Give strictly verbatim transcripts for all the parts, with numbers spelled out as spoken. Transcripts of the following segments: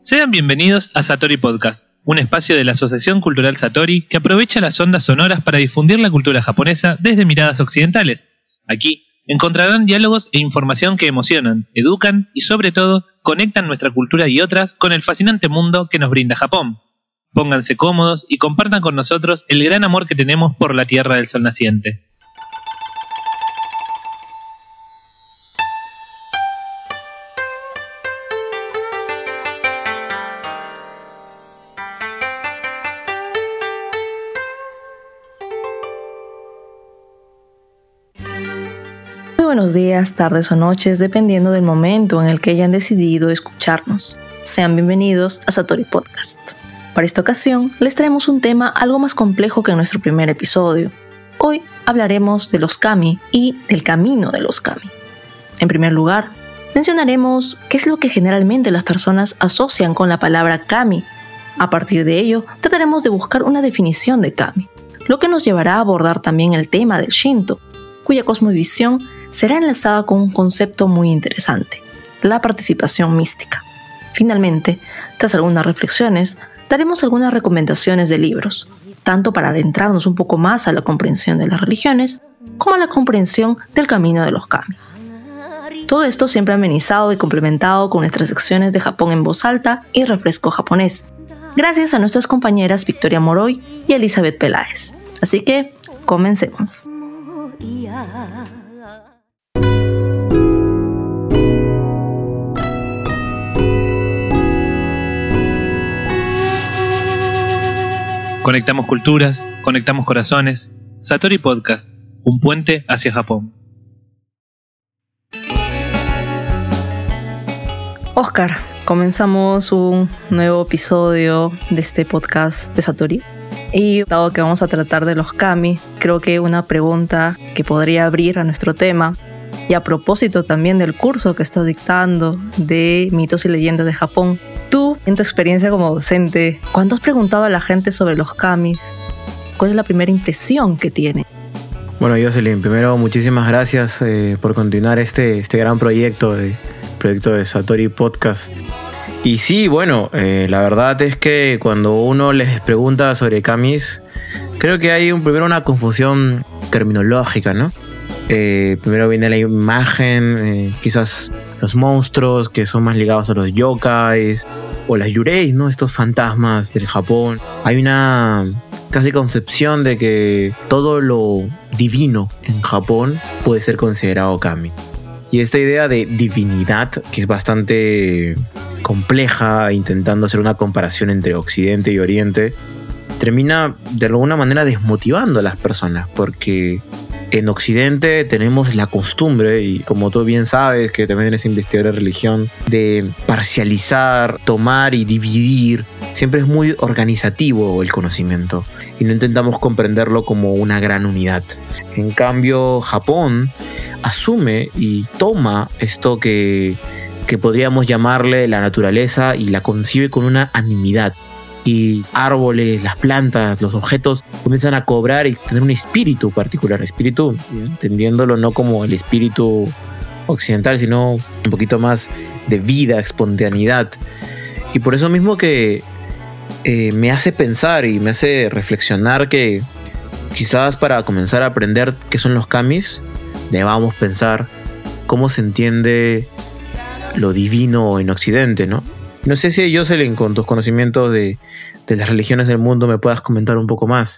Sean bienvenidos a Satori Podcast, un espacio de la Asociación Cultural Satori que aprovecha las ondas sonoras para difundir la cultura japonesa desde miradas occidentales. Aquí encontrarán diálogos e información que emocionan, educan y sobre todo conectan nuestra cultura y otras con el fascinante mundo que nos brinda Japón. Pónganse cómodos y compartan con nosotros el gran amor que tenemos por la Tierra del Sol Naciente. Buenos días, tardes o noches, dependiendo del momento en el que hayan decidido escucharnos. Sean bienvenidos a Satori Podcast. Para esta ocasión, les traemos un tema algo más complejo que en nuestro primer episodio. Hoy hablaremos de los kami y del camino de los kami. En primer lugar, mencionaremos qué es lo que generalmente las personas asocian con la palabra kami. A partir de ello, trataremos de buscar una definición de kami, lo que nos llevará a abordar también el tema del Shinto, cuya cosmovisión será enlazada con un concepto muy interesante, la participación mística. Finalmente, tras algunas reflexiones, daremos algunas recomendaciones de libros, tanto para adentrarnos un poco más a la comprensión de las religiones, como a la comprensión del camino de los kami. Todo esto siempre amenizado y complementado con nuestras secciones de Japón en voz alta y refresco japonés, gracias a nuestras compañeras Victoria Moroy y Elizabeth Peláez. Así que, comencemos. Conectamos culturas, conectamos corazones. Satori Podcast, un puente hacia Japón. Oscar, comenzamos un nuevo episodio de este podcast de Satori. Y dado que vamos a tratar de los kami, creo que una pregunta que podría abrir a nuestro tema, y a propósito también del curso que estás dictando de mitos y leyendas de Japón, tú, en tu experiencia como docente, ¿cuándo has preguntado a la gente sobre los kamis? ¿Cuál es la primera impresión que tiene? Bueno, Jocelyn, primero muchísimas gracias eh, por continuar este, este gran proyecto de, proyecto de Satori Podcast. Y sí, bueno, eh, la verdad es que cuando uno les pregunta sobre kamis, creo que hay un, primero una confusión terminológica, ¿no? Eh, primero viene la imagen, eh, quizás los monstruos que son más ligados a los yokais o las yureis, ¿no? Estos fantasmas del Japón. Hay una casi concepción de que todo lo divino en Japón puede ser considerado kami. Y esta idea de divinidad, que es bastante compleja, intentando hacer una comparación entre Occidente y Oriente, termina de alguna manera desmotivando a las personas, porque en Occidente tenemos la costumbre, y como tú bien sabes, que también eres investigador de religión, de parcializar, tomar y dividir. Siempre es muy organizativo el conocimiento y no intentamos comprenderlo como una gran unidad. En cambio, Japón asume y toma esto que, que podríamos llamarle la naturaleza y la concibe con una animidad. Y árboles, las plantas, los objetos comienzan a cobrar y tener un espíritu particular. Espíritu, entendiéndolo no como el espíritu occidental, sino un poquito más de vida, espontaneidad. Y por eso mismo que eh, me hace pensar y me hace reflexionar que quizás para comenzar a aprender qué son los kamis, debamos pensar cómo se entiende lo divino en Occidente, ¿no? No sé si Jocelyn, con tus conocimientos de, de las religiones del mundo, me puedas comentar un poco más.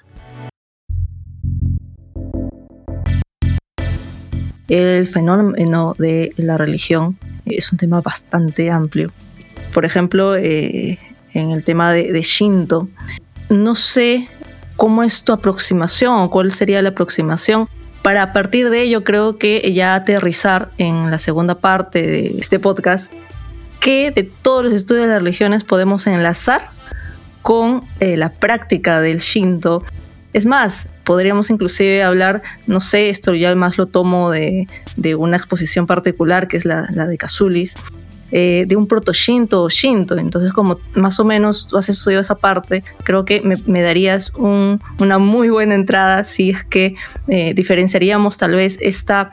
El fenómeno de la religión es un tema bastante amplio. Por ejemplo, eh, en el tema de, de Shinto, no sé cómo es tu aproximación o cuál sería la aproximación. Para a partir de ello, creo que ya aterrizar en la segunda parte de este podcast, que de todos los estudios de las religiones podemos enlazar con eh, la práctica del Shinto. Es más, podríamos inclusive hablar, no sé, esto ya más lo tomo de, de una exposición particular que es la, la de Kazulis, eh, de un proto-Shinto o Shinto. Entonces, como más o menos tú has estudiado esa parte, creo que me, me darías un, una muy buena entrada si es que eh, diferenciaríamos tal vez esta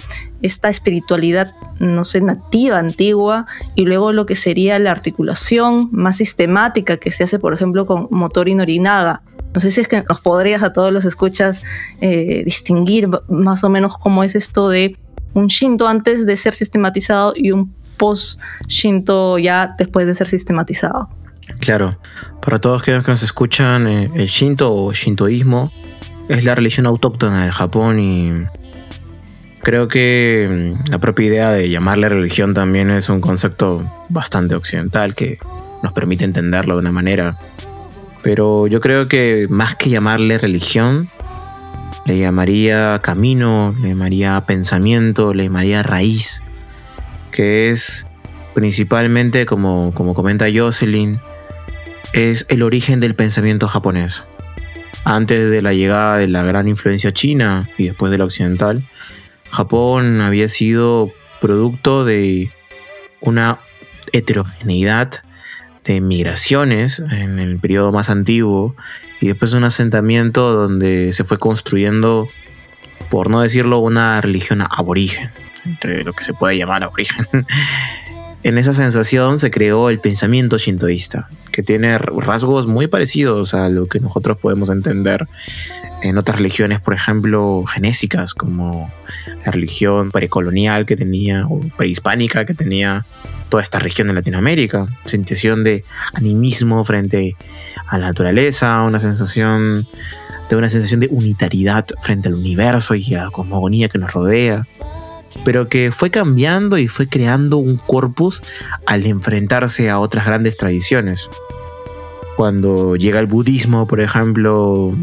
esta espiritualidad, no sé, nativa, antigua, y luego lo que sería la articulación más sistemática que se hace, por ejemplo, con Motoori Norinaga. No sé si es que nos podrías a todos los escuchas eh, distinguir más o menos cómo es esto de un Shinto antes de ser sistematizado y un post-Shinto ya después de ser sistematizado. Claro, para todos aquellos que nos escuchan, eh, el Shinto o Shintoísmo es la religión autóctona de Japón y creo que la propia idea de llamarle religión también es un concepto bastante occidental que nos permite entenderlo de una manera. Pero yo creo que más que llamarle religión, le llamaría camino, le llamaría pensamiento, le llamaría raíz, que es principalmente, como, como comenta Jocelyn, es el origen del pensamiento japonés. Antes de la llegada de la gran influencia china y después de la occidental, Japón había sido producto de una heterogeneidad de migraciones en el periodo más antiguo y después un asentamiento donde se fue construyendo, por no decirlo, una religión aborigen, entre lo que se puede llamar aborigen. En esa sensación se creó el pensamiento shintoísta, que tiene rasgos muy parecidos a lo que nosotros podemos entender en otras religiones, por ejemplo, genésicas, como la religión precolonial que tenía, o prehispánica que tenía toda esta región de Latinoamérica. Sensación de animismo frente a la naturaleza, una sensación de una sensación de unitariedad frente al universo y a la cosmogonía que nos rodea, pero que fue cambiando y fue creando un corpus al enfrentarse a otras grandes tradiciones. Cuando llega el budismo, por ejemplo,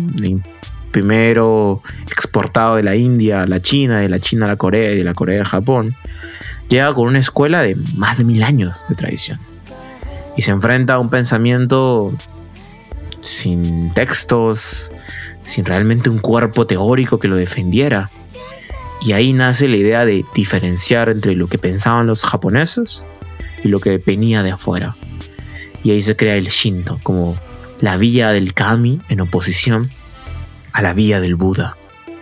primero exportado de la India a la China, de la China a la Corea y de la Corea al Japón, llega con una escuela de más de mil años de tradición y se enfrenta a un pensamiento sin textos, sin realmente un cuerpo teórico que lo defendiera. Y ahí nace la idea de diferenciar entre lo que pensaban los japoneses y lo que venía de afuera. Y ahí se crea el Shinto como la vía del Kami en oposición a la vía del Buda.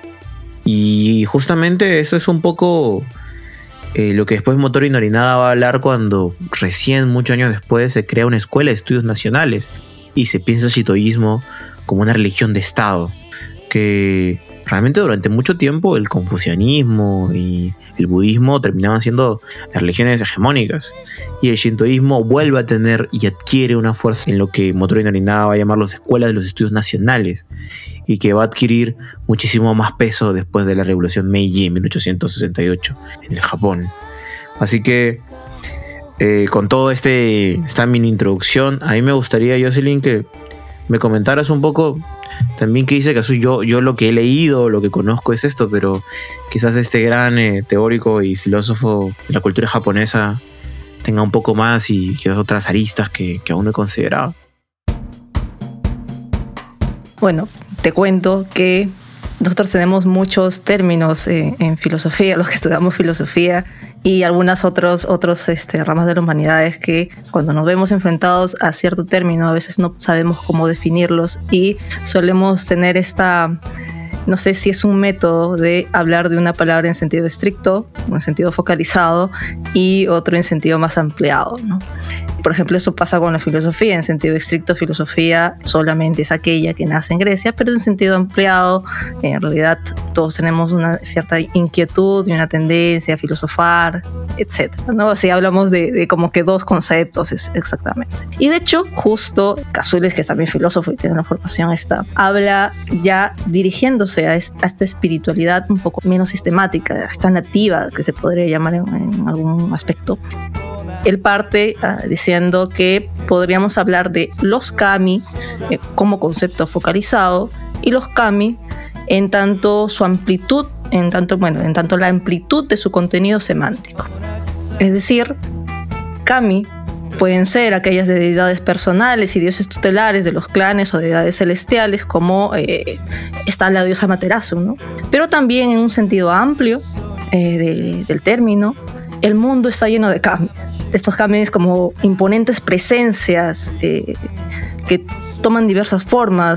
Y justamente eso es un poco eh, lo que después Motoori Norinaga va a hablar cuando recién, muchos años después, se crea una escuela de estudios nacionales y se piensa el shintoísmo como una religión de Estado, que realmente durante mucho tiempo el confucianismo y el budismo terminaban siendo las religiones hegemónicas y el shintoísmo vuelve a tener y adquiere una fuerza en lo que Motoori Norinaga va a llamar las escuelas de los estudios nacionales y que va a adquirir muchísimo más peso después de la revolución Meiji en mil ochocientos sesenta y ocho en el Japón. Así que eh, con todo este esta mini introducción, a mí me gustaría, Jocelyn, que me comentaras un poco también que dice que yo, yo lo que he leído, lo que conozco es esto, pero quizás este gran eh, teórico y filósofo de la cultura japonesa tenga un poco más y quizás otras aristas que, que aún no he considerado. Bueno, te cuento que nosotros tenemos muchos términos eh, en filosofía, los que estudiamos filosofía y algunas otros, otros este, ramas de las humanidades que cuando nos vemos enfrentados a cierto término a veces no sabemos cómo definirlos y solemos tener esta, no sé si es un método de hablar de una palabra en sentido estricto, en sentido focalizado y otro en sentido más ampliado, ¿no? Por ejemplo, eso pasa con la filosofía. En sentido estricto, filosofía solamente es aquella que nace en Grecia, pero en sentido ampliado, en realidad todos tenemos una cierta inquietud y una tendencia a filosofar, etcétera, ¿no? Así hablamos de, de como que dos conceptos es, exactamente. Y de hecho, justo Cazules, que es también filósofo y tiene una formación esta, habla ya dirigiéndose a esta, a esta espiritualidad un poco menos sistemática, a esta nativa, que se podría llamar en, en algún aspecto. Él parte uh, diciendo que podríamos hablar de los kami eh, como concepto focalizado y los kami en tanto su amplitud, en tanto, bueno, en tanto la amplitud de su contenido semántico. Es decir, kami pueden ser aquellas deidades personales y dioses tutelares de los clanes o deidades celestiales, como eh, está la diosa Amaterasu, ¿no? Pero también en un sentido amplio eh, de, del término, el mundo está lleno de kamis. Estos kamis como imponentes presencias eh, que toman diversas formas,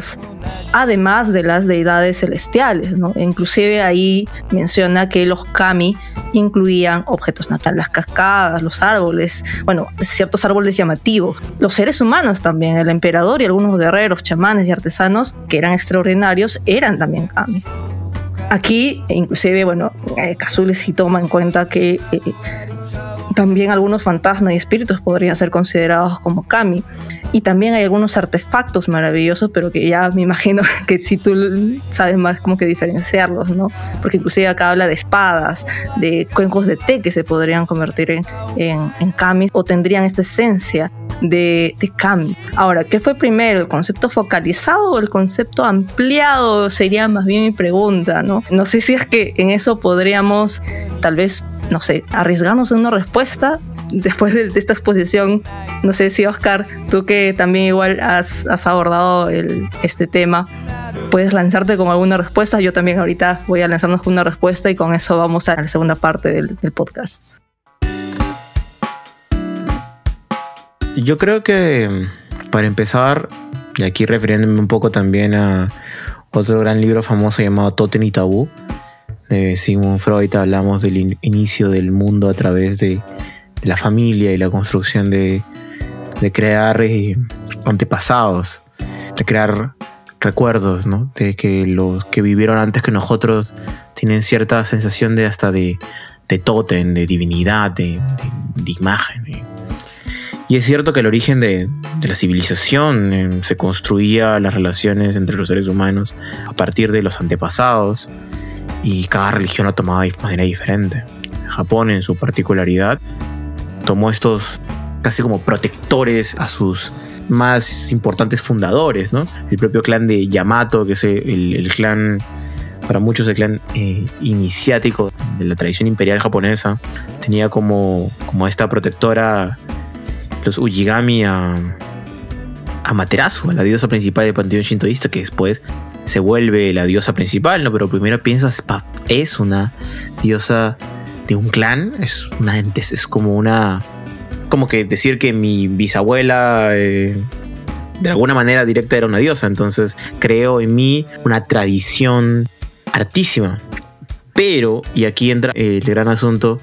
además de las deidades celestiales, ¿no? Inclusive ahí menciona que los kami incluían objetos naturales, las cascadas, los árboles, bueno, ciertos árboles llamativos, los seres humanos también, el emperador y algunos guerreros, chamanes y artesanos que eran extraordinarios eran también kamis. Aquí, inclusive, bueno, eh, Cazzuoli sí toma en cuenta que eh, también algunos fantasmas y espíritus podrían ser considerados como kami. Y también hay algunos artefactos maravillosos, pero que ya me imagino que si tú sabes más como que diferenciarlos, ¿no? Porque inclusive acá habla de espadas, de cuencos de té que se podrían convertir en, en, en kami o tendrían esta esencia de, de kami. Ahora, ¿qué fue primero? ¿El concepto focalizado o el concepto ampliado? Sería más bien mi pregunta, ¿no? No sé si es que en eso podríamos tal vez, no sé, arriesgarnos en una respuesta después de, de esta exposición. No sé si, Oscar, tú que también igual has, has abordado el, este tema, puedes lanzarte con alguna respuesta. Yo también ahorita voy a lanzarnos con una respuesta y con eso vamos a la segunda parte del, del podcast. Yo creo que, para empezar, y aquí refiriéndome un poco también a otro gran libro famoso llamado Tótem y Tabú, de Sigmund Freud, hablamos del in- inicio del mundo a través de, de la familia y la construcción de, de crear eh, antepasados, de crear recuerdos, ¿no? De que los que vivieron antes que nosotros tienen cierta sensación de hasta de, de tótem, de divinidad, de, de, de imagen. ¿eh? Y es cierto que el origen de, de la civilización eh, se construía las relaciones entre los seres humanos a partir de los antepasados, y cada religión lo tomaba de manera diferente. Japón, en su particularidad, tomó estos casi como protectores a sus más importantes fundadores, ¿no? El propio clan de Yamato, que es el, el clan, para muchos el clan eh, iniciático de la tradición imperial japonesa, tenía como, como esta protectora los Ujigami a, a Amaterasu, a la diosa principal del panteón shintoísta, que después se vuelve la diosa principal, ¿no? Pero primero piensas, pa, es una diosa de un clan, es una es como una, como que decir que mi bisabuela eh, de alguna manera directa era una diosa. Entonces creo en mí una tradición artísima. Pero, y aquí entra el gran asunto,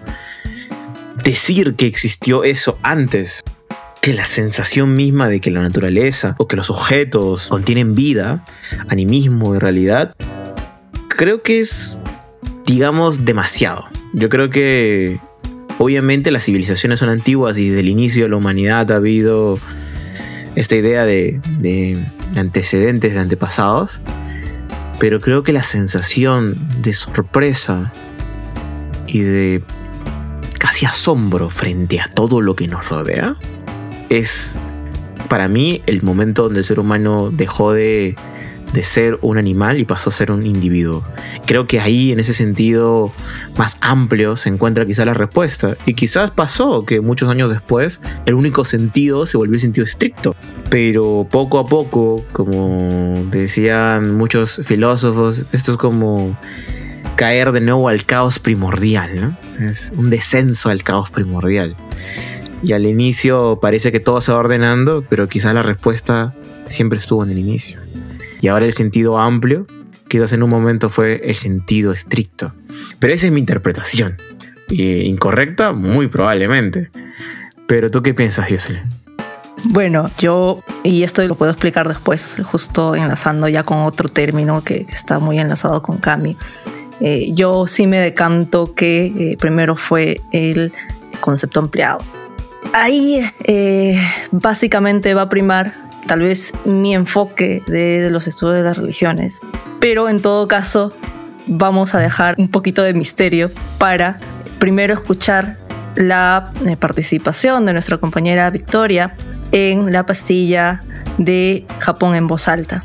decir que existió eso antes que la sensación misma de que la naturaleza o que los objetos contienen vida, animismo y realidad, creo que es, digamos, demasiado. Yo creo que obviamente las civilizaciones son antiguas y desde el inicio de la humanidad ha habido esta idea de, de, de antecedentes, de antepasados, pero creo que la sensación de sorpresa y de casi asombro frente a todo lo que nos rodea es, para mí, el momento donde el ser humano dejó de, de ser un animal y pasó a ser un individuo. Creo que ahí, en ese sentido más amplio, se encuentra quizá la respuesta. Y quizás pasó que muchos años después el único sentido se volvió el sentido estricto. Pero poco a poco, como decían muchos filósofos, esto es como caer de nuevo al caos primordial, ¿no? Es un descenso al caos primordial. Y al inicio parece que todo se va ordenando, pero quizás la respuesta siempre estuvo en el inicio. Y ahora el sentido amplio, quizás en un momento fue el sentido estricto. Pero esa es mi interpretación. Eh, ¿Incorrecta? Muy probablemente. Pero ¿tú qué piensas, Jocelyn? Bueno, yo, y esto lo puedo explicar después, justo enlazando ya con otro término que está muy enlazado con Kami. Eh, yo sí me decanto que eh, primero fue el concepto ampliado. Ahí eh, básicamente va a primar tal vez mi enfoque de, de los estudios de las religiones, pero en todo caso vamos a dejar un poquito de misterio para primero escuchar la eh, participación de nuestra compañera Victoria en la pastilla de Japón en voz alta.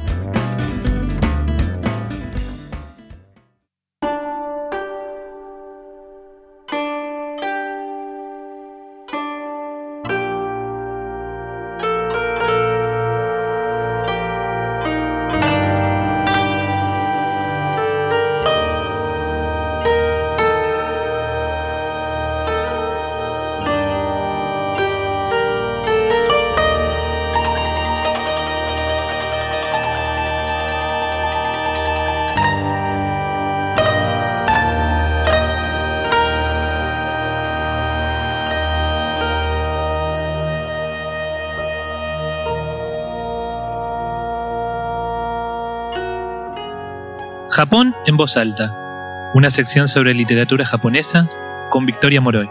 Japón en voz alta, una sección sobre literatura japonesa con Victoria Moroy.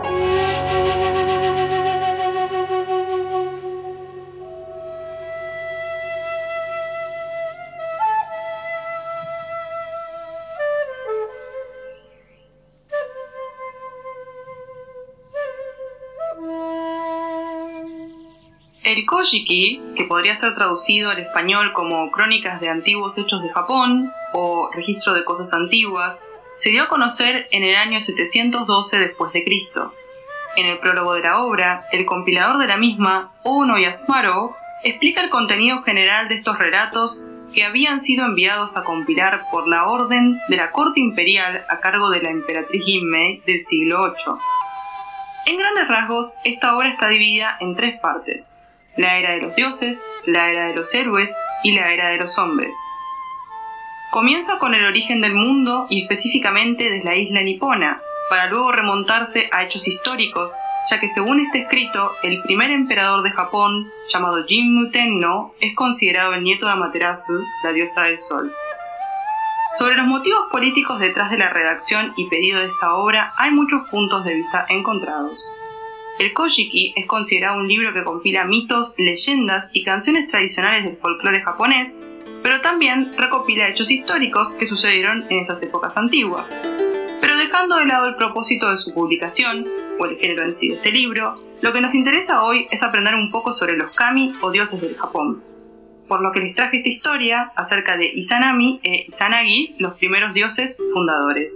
El Kojiki, que podría ser traducido al español como Crónicas de Antiguos Hechos de Japón o Registro de Cosas Antiguas, se dio a conocer en el año setecientos doce después de Cristo. En el prólogo de la obra, el compilador de la misma, Ono Yasumaro, explica el contenido general de estos relatos que habían sido enviados a compilar por la orden de la corte imperial a cargo de la emperatriz Ginmei del siglo ocho. En grandes rasgos, esta obra está dividida en tres partes: la era de los dioses, la era de los héroes y la era de los hombres. Comienza con el origen del mundo y específicamente de la isla nipona, para luego remontarse a hechos históricos, ya que según este escrito, el primer emperador de Japón, llamado Jimmu Tenno, es considerado el nieto de Amaterasu, la diosa del sol. Sobre los motivos políticos detrás de la redacción y pedido de esta obra hay muchos puntos de vista encontrados. El Kojiki es considerado un libro que compila mitos, leyendas y canciones tradicionales del folclore japonés, pero también recopila hechos históricos que sucedieron en esas épocas antiguas. Pero dejando de lado el propósito de su publicación, o el género en sí de este libro, lo que nos interesa hoy es aprender un poco sobre los kami o dioses del Japón. Por lo que les traje esta historia acerca de Izanami e Izanagi, los primeros dioses fundadores.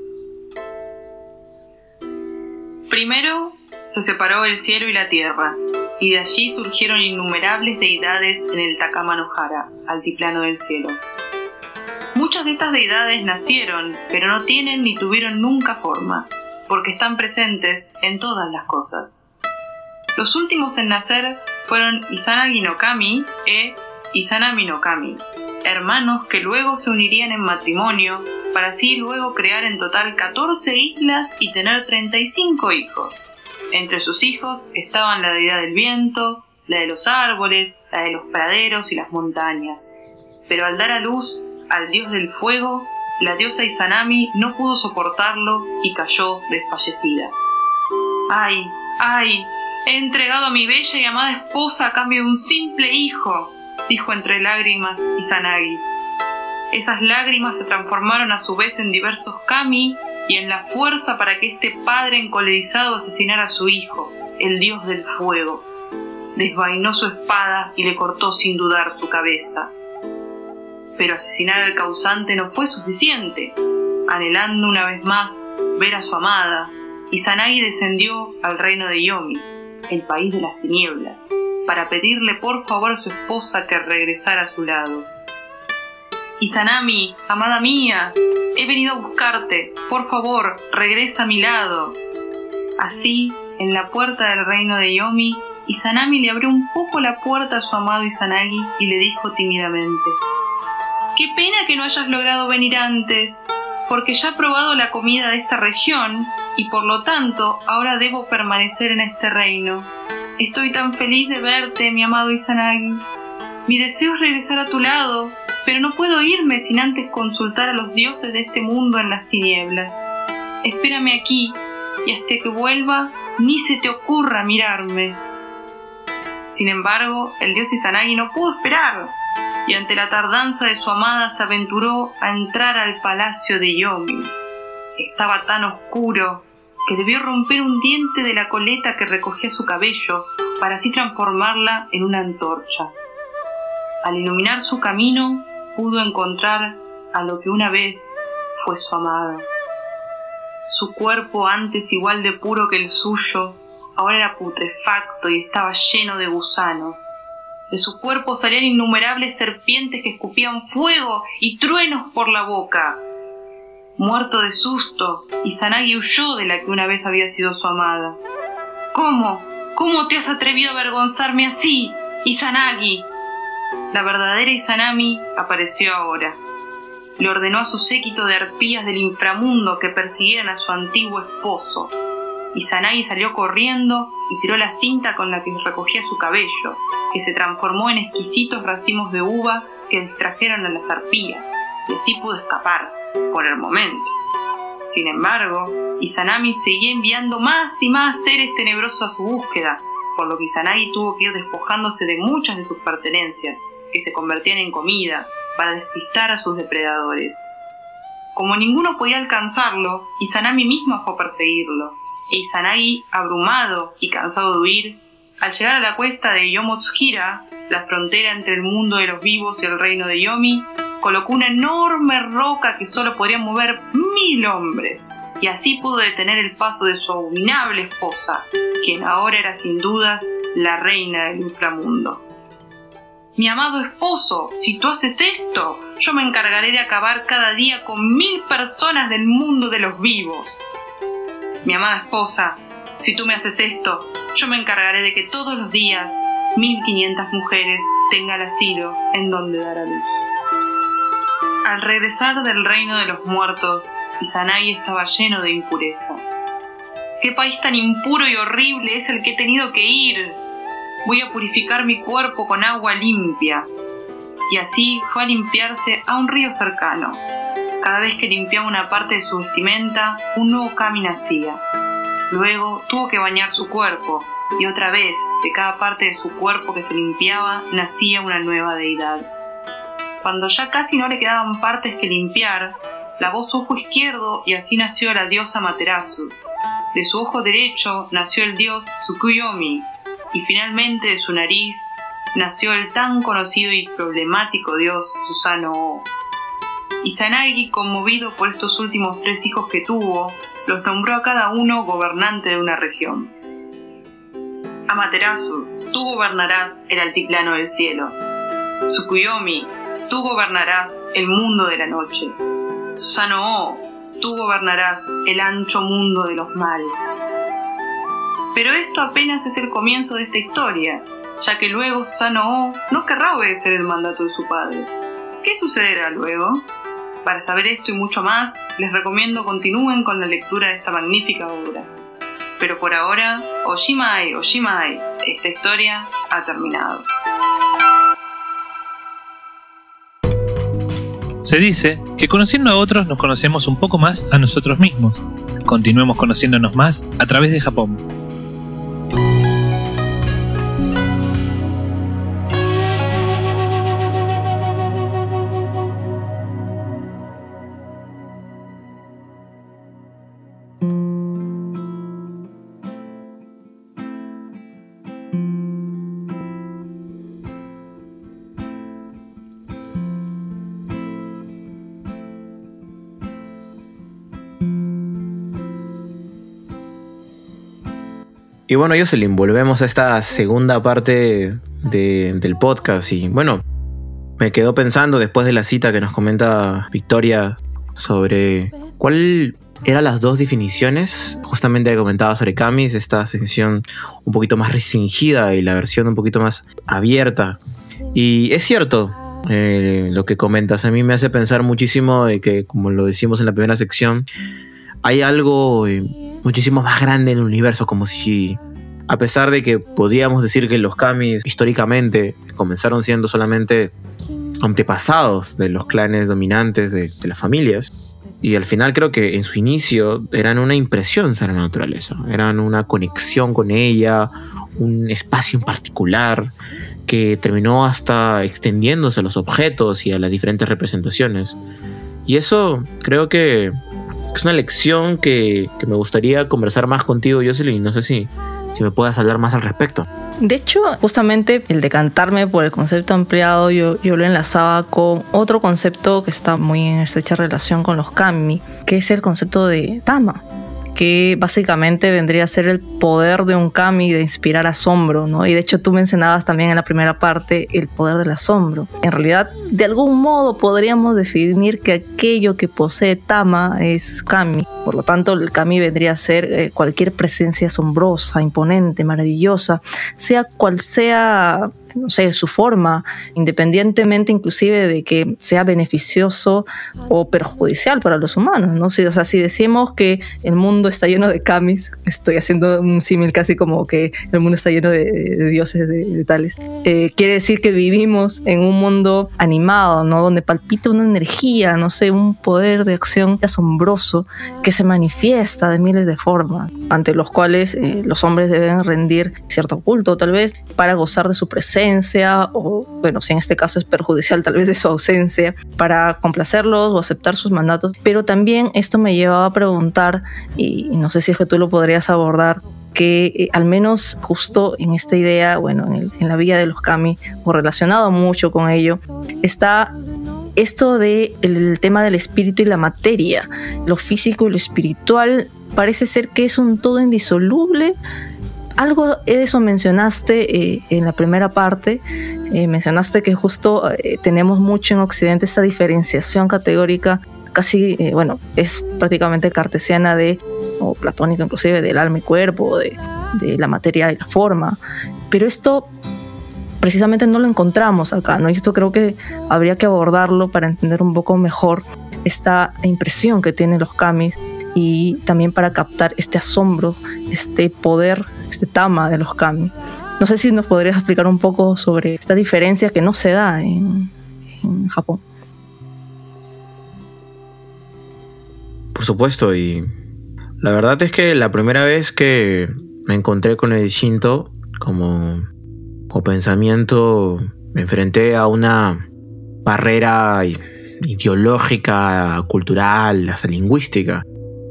Primero, se separó el cielo y la tierra, y de allí surgieron innumerables deidades en el Takama no Hara, altiplano del cielo. Muchas de estas deidades nacieron, pero no tienen ni tuvieron nunca forma, porque están presentes en todas las cosas. Los últimos en nacer fueron Izanagi no Kami e Izanami no Kami, hermanos que luego se unirían en matrimonio, para así luego crear en total catorce islas y tener treinta y cinco hijos. Entre sus hijos estaban la deidad del viento, la de los árboles, la de los praderos y las montañas. Pero al dar a luz al dios del fuego, la diosa Izanami no pudo soportarlo y cayó desfallecida. ¡Ay, ay! He entregado a mi bella y amada esposa a cambio de un simple hijo, dijo entre lágrimas Izanagi. Esas lágrimas se transformaron a su vez en diversos kami y en la fuerza para que este padre encolerizado asesinara a su hijo, el dios del fuego. Desvainó su espada y le cortó sin dudar su cabeza. Pero asesinar al causante no fue suficiente. Anhelando una vez más ver a su amada, Izanagi descendió al reino de Yomi, el país de las tinieblas, para pedirle por favor a su esposa que regresara a su lado. Izanami, amada mía, he venido a buscarte, por favor, regresa a mi lado. Así, en la puerta del reino de Yomi, Izanami le abrió un poco la puerta a su amado Izanagi y le dijo tímidamente: «Qué pena que no hayas logrado venir antes, porque ya he probado la comida de esta región y por lo tanto ahora debo permanecer en este reino. Estoy tan feliz de verte, mi amado Izanagi. Mi deseo es regresar a tu lado, pero no puedo irme sin antes consultar a los dioses de este mundo en las tinieblas. Espérame aquí, y hasta que vuelva, ni se te ocurra mirarme». Sin embargo, el dios Izanagi no pudo esperar, y ante la tardanza de su amada se aventuró a entrar al palacio de Yomi. Estaba tan oscuro que debió romper un diente de la coleta que recogía su cabello para así transformarla en una antorcha. Al iluminar su camino, pudo encontrar a lo que una vez fue su amada. Su cuerpo, antes igual de puro que el suyo, ahora era putrefacto y estaba lleno de gusanos. De su cuerpo salían innumerables serpientes que escupían fuego y truenos por la boca. Muerto de susto, Izanagi huyó de la que una vez había sido su amada. «¿Cómo? ¿Cómo te has atrevido a avergonzarme así, Izanagi?» La verdadera Izanami apareció ahora. Le ordenó a su séquito de arpías del inframundo que persiguieran a su antiguo esposo. Izanagi salió corriendo y tiró la cinta con la que recogía su cabello, que se transformó en exquisitos racimos de uva que distrajeron a las arpías, y así pudo escapar, por el momento. Sin embargo, Izanami seguía enviando más y más seres tenebrosos a su búsqueda, por lo que Izanagi tuvo que ir despojándose de muchas de sus pertenencias, que se convertían en comida, para despistar a sus depredadores. Como ninguno podía alcanzarlo, Izanami misma fue a perseguirlo, e Izanagi, abrumado y cansado de huir, al llegar a la cuesta de Yomotsukira, la frontera entre el mundo de los vivos y el reino de Yomi, colocó una enorme roca que solo podría mover mil hombres, y así pudo detener el paso de su abominable esposa, quien ahora era sin dudas la reina del inframundo. Mi amado esposo, si tú haces esto, yo me encargaré de acabar cada día con mil personas del mundo de los vivos. Mi amada esposa, si tú me haces esto, yo me encargaré de que todos los días mil quinientas mujeres tengan asilo en donde dar a luz. Al regresar del reino de los muertos, Izanagi estaba lleno de impureza. ¿Qué país tan impuro y horrible es el que he tenido que ir? Voy a purificar mi cuerpo con agua limpia. Y así fue a limpiarse a un río cercano. Cada vez que limpiaba una parte de su vestimenta, un nuevo kami nacía. Luego tuvo que bañar su cuerpo, y otra vez, de cada parte de su cuerpo que se limpiaba, nacía una nueva deidad. Cuando ya casi no le quedaban partes que limpiar, lavó su ojo izquierdo y así nació la diosa Materasu. De su ojo derecho nació el dios Tsukuyomi, y finalmente de su nariz nació el tan conocido y problemático dios Susanoo. Izanagi, conmovido por estos últimos tres hijos que tuvo, los nombró a cada uno gobernante de una región. Amaterasu, tú gobernarás el altiplano del cielo. Tsukuyomi, tú gobernarás el mundo de la noche. Susanoo, tú gobernarás el ancho mundo de los mares. Pero esto apenas es el comienzo de esta historia, ya que luego Susanoo no querrá obedecer el mandato de su padre. ¿Qué sucederá luego? Para saber esto y mucho más, les recomiendo continúen con la lectura de esta magnífica obra. Pero por ahora, Oshimai, Oshimai, esta historia ha terminado. Se dice que conociendo a otros nos conocemos un poco más a nosotros mismos. Continuemos conociéndonos más a través de Japón. Y bueno, Jocelyn, volvemos a esta segunda parte de, del podcast. Y bueno, me quedo pensando después de la cita que nos comenta Victoria sobre cuál eran las dos definiciones justamente que comentaba sobre kamis, esta sección un poquito más restringida y la versión un poquito más abierta. Y es cierto, eh, lo que comentas a mí me hace pensar muchísimo de que, como lo decimos en la primera sección, hay algo eh, muchísimo más grande en el universo, como si, a pesar de que podríamos decir que los kamis históricamente comenzaron siendo solamente antepasados de los clanes dominantes de, de las familias, y al final creo que en su inicio eran una impresión de la naturaleza, eran una conexión con ella, un espacio en particular que terminó hasta extendiéndose a los objetos y a las diferentes representaciones. Y eso creo que es una lección que, que me gustaría conversar más contigo, Jocelyn. No sé si, si me puedas hablar más al respecto. De hecho, justamente el decantarme por el concepto ampliado, yo, yo lo enlazaba con otro concepto que está muy en estrecha relación con los kami, que es el concepto de tama, que básicamente vendría a ser el poder de un kami de inspirar asombro, ¿no? Y de hecho tú mencionabas también en la primera parte el poder del asombro. En realidad, de algún modo podríamos definir que aquello que posee tama es kami. Por lo tanto, el kami vendría a ser eh, cualquier presencia asombrosa, imponente, maravillosa, sea cual sea no sé, su forma, independientemente inclusive de que sea beneficioso o perjudicial para los humanos, ¿no? Si, o sea, si decimos que el mundo está lleno de kamis, estoy haciendo un símil casi como que el mundo está lleno de, de dioses de, de tales, eh, quiere decir que vivimos en un mundo animado, ¿no? Donde palpita una energía, no sé, un poder de acción asombroso que se manifiesta de miles de formas, ante los cuales eh, los hombres deben rendir cierto culto, tal vez, para gozar de su presencia, o, bueno, si en este caso es perjudicial, tal vez de su ausencia, para complacerlos o aceptar sus mandatos. Pero también esto me llevaba a preguntar, y, y no sé si es que tú lo podrías abordar, que eh, al menos justo en esta idea, bueno, en, el, en la vida de los kami, o relacionado mucho con ello, está esto del de tema del espíritu y la materia. Lo físico y lo espiritual parece ser que es un todo indisoluble. Algo de eso mencionaste eh, en la primera parte. Eh, mencionaste que justo eh, tenemos mucho en Occidente esta diferenciación categórica, casi, eh, bueno, es prácticamente cartesiana de, o platónica inclusive, del alma y cuerpo, de, de la materia y la forma. Pero esto precisamente no lo encontramos acá, ¿no? Y esto creo que habría que abordarlo para entender un poco mejor esta impresión que tienen los kamis, y también para captar este asombro, este poder, este tama de los kami. No sé si nos podrías explicar un poco sobre esta diferencia que no se da en, en Japón. Por supuesto, y la verdad es que la primera vez que me encontré con el Shinto como, como pensamiento, me enfrenté a una barrera ideológica, cultural, hasta lingüística.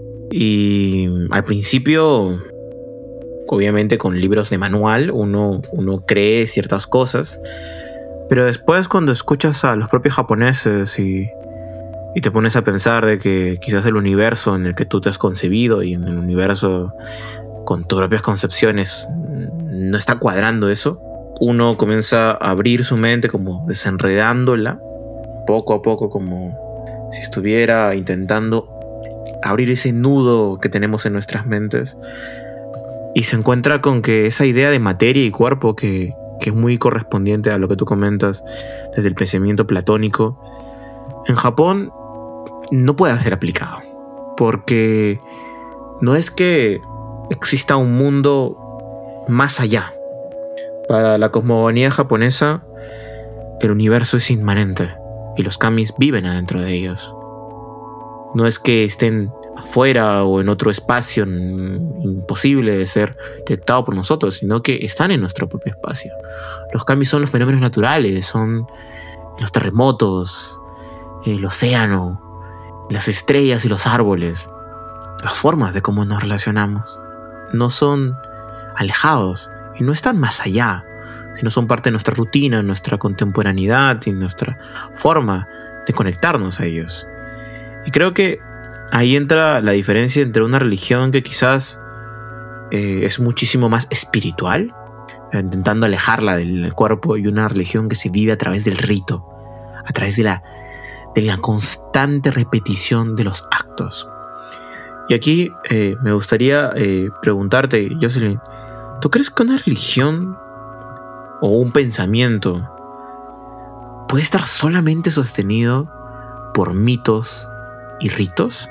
Y al principio, obviamente con libros de manual, uno, uno cree ciertas cosas, pero después cuando escuchas a los propios japoneses y, y te pones a pensar de que quizás el universo en el que tú te has concebido y en el universo con tus propias concepciones no está cuadrando eso, uno comienza a abrir su mente como desenredándola poco a poco, como si estuviera intentando abrir ese nudo que tenemos en nuestras mentes, y se encuentra con que esa idea de materia y cuerpo que, que es muy correspondiente a lo que tú comentas desde el pensamiento platónico, en Japón no puede ser aplicado, porque no es que exista un mundo más allá. Para la cosmogonía japonesa, el universo es inmanente y los kamis viven adentro de ellos. No es que estén afuera o en otro espacio imposible de ser detectado por nosotros, sino que están en nuestro propio espacio. Los kamis son los fenómenos naturales, son los terremotos, el océano, las estrellas y los árboles, las formas de cómo nos relacionamos. No son alejados y no están más allá, sino son parte de nuestra rutina, nuestra contemporaneidad y nuestra forma de conectarnos a ellos. Y creo que ahí entra la diferencia entre una religión que quizás eh, es muchísimo más espiritual, intentando alejarla del cuerpo, y una religión que se vive a través del rito, a través de la, de la constante repetición de los actos. Y aquí eh, me gustaría eh, preguntarte, Jocelyn, ¿tú crees que una religión o un pensamiento puede estar solamente sostenido por mitos y ritos?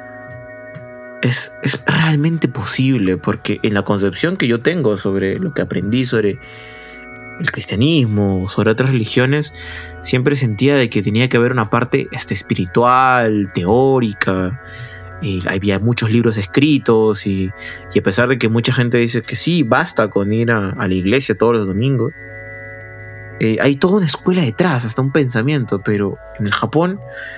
Es, es realmente posible, porque en la concepción que yo tengo sobre lo que aprendí sobre el cristianismo, sobre otras religiones, siempre sentía de que tenía que haber una parte este, espiritual, teórica. Y había muchos libros escritos y, y a pesar de que mucha gente dice que sí, basta con ir a, a la iglesia todos los domingos, eh, hay toda una escuela detrás, hasta un pensamiento. Pero en el Japón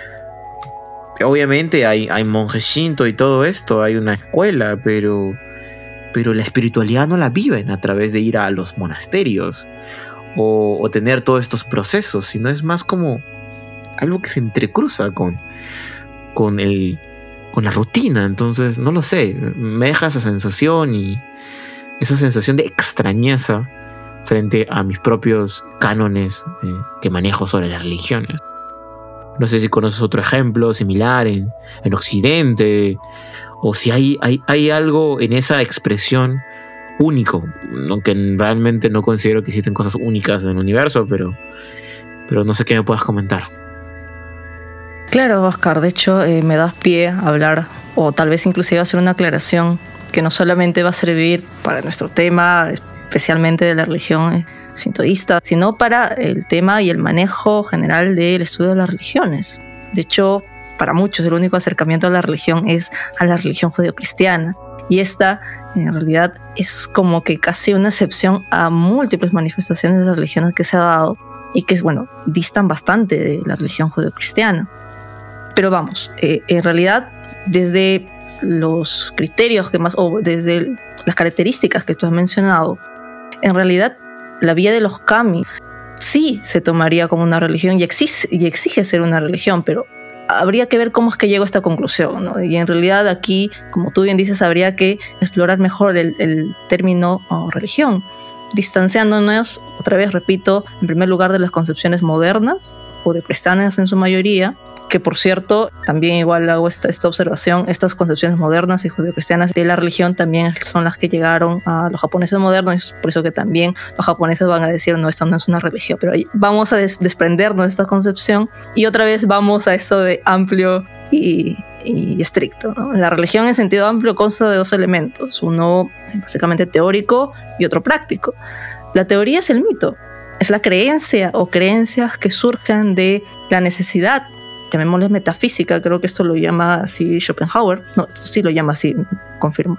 obviamente hay, hay monjes shinto y todo esto, hay una escuela, pero, pero la espiritualidad no la viven a través de ir a los monasterios o, o tener todos estos procesos, sino es más como algo que se entrecruza con, con, el, con la rutina. Entonces, no lo sé, me deja esa sensación y esa sensación de extrañeza frente a mis propios cánones eh, que manejo sobre las religiones. No sé si conoces otro ejemplo similar en, en Occidente, o si hay, hay, hay algo en esa expresión único, aunque realmente no considero que existen cosas únicas en el universo, pero, pero no sé qué me puedas comentar. Claro, Oscar, de hecho eh, me das pie a hablar, o tal vez inclusive hacer una aclaración que no solamente va a servir para nuestro tema, especialmente de la religión sintoísta, sino para el tema y el manejo general del estudio de las religiones. De hecho, para muchos el único acercamiento a la religión es a la religión judeocristiana, y esta en realidad es como que casi una excepción a múltiples manifestaciones de las religiones que se ha dado y que, bueno, distan bastante de la religión judeocristiana. Pero vamos, eh, en realidad desde los criterios que más, o desde las características que tú has mencionado, en realidad la vía de los kami sí se tomaría como una religión y exige, y exige ser una religión, pero habría que ver cómo es que llego a esta conclusión, ¿no? Y en realidad aquí, como tú bien dices, habría que explorar mejor el, el término oh, religión, distanciándonos, otra vez repito, en primer lugar de las concepciones modernas o de cristianas en su mayoría, que por cierto, también igual hago esta, esta observación, estas concepciones modernas y judeocristianas de la religión también son las que llegaron a los japoneses modernos, y es por eso que también los japoneses van a decir, no, esto no es una religión, pero vamos a des- desprendernos de esta concepción y otra vez vamos a esto de amplio y, y estricto, ¿no? La religión en sentido amplio consta de dos elementos, uno básicamente teórico y otro práctico. La teoría es el mito, es la creencia o creencias que surgen de la necesidad, llamémosle metafísica, creo que esto lo llama así Schopenhauer, no, sí lo llama así, confirmo.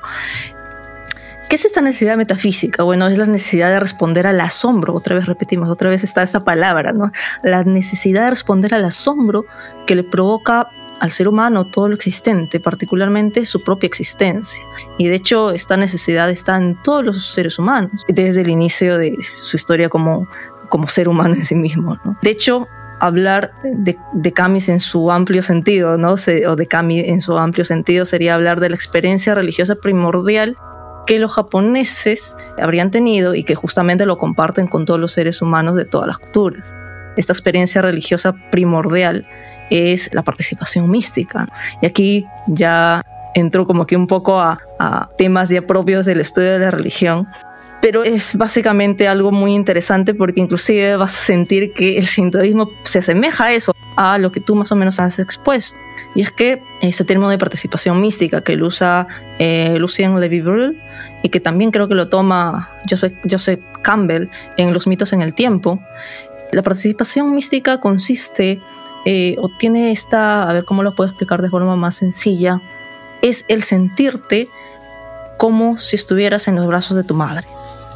¿Qué es esta necesidad metafísica? Bueno, es la necesidad de responder al asombro, otra vez repetimos, otra vez está esta palabra, ¿no? La necesidad de responder al asombro que le provoca al ser humano todo lo existente, particularmente su propia existencia. Y de hecho, esta necesidad está en todos los seres humanos, desde el inicio de su historia como, como ser humano en sí mismo, ¿no? De hecho, hablar de, de kamis en su amplio sentido, ¿no? Se, o de kami en su amplio sentido sería hablar de la experiencia religiosa primordial que los japoneses habrían tenido y que justamente lo comparten con todos los seres humanos de todas las culturas. Esta experiencia religiosa primordial es la participación mística. Y aquí ya entro como que un poco a, a temas ya propios del estudio de la religión, pero es básicamente algo muy interesante porque inclusive vas a sentir que el sintoísmo se asemeja a eso, a lo que tú más o menos has expuesto. Y es que este término de participación mística que lo usa eh, Lucien Levy-Bruhl y que también creo que lo toma Joseph, Joseph Campbell en Los mitos en el tiempo, la participación mística consiste eh, o tiene esta, a ver cómo lo puedo explicar de forma más sencilla, es el sentirte como si estuvieras en los brazos de tu madre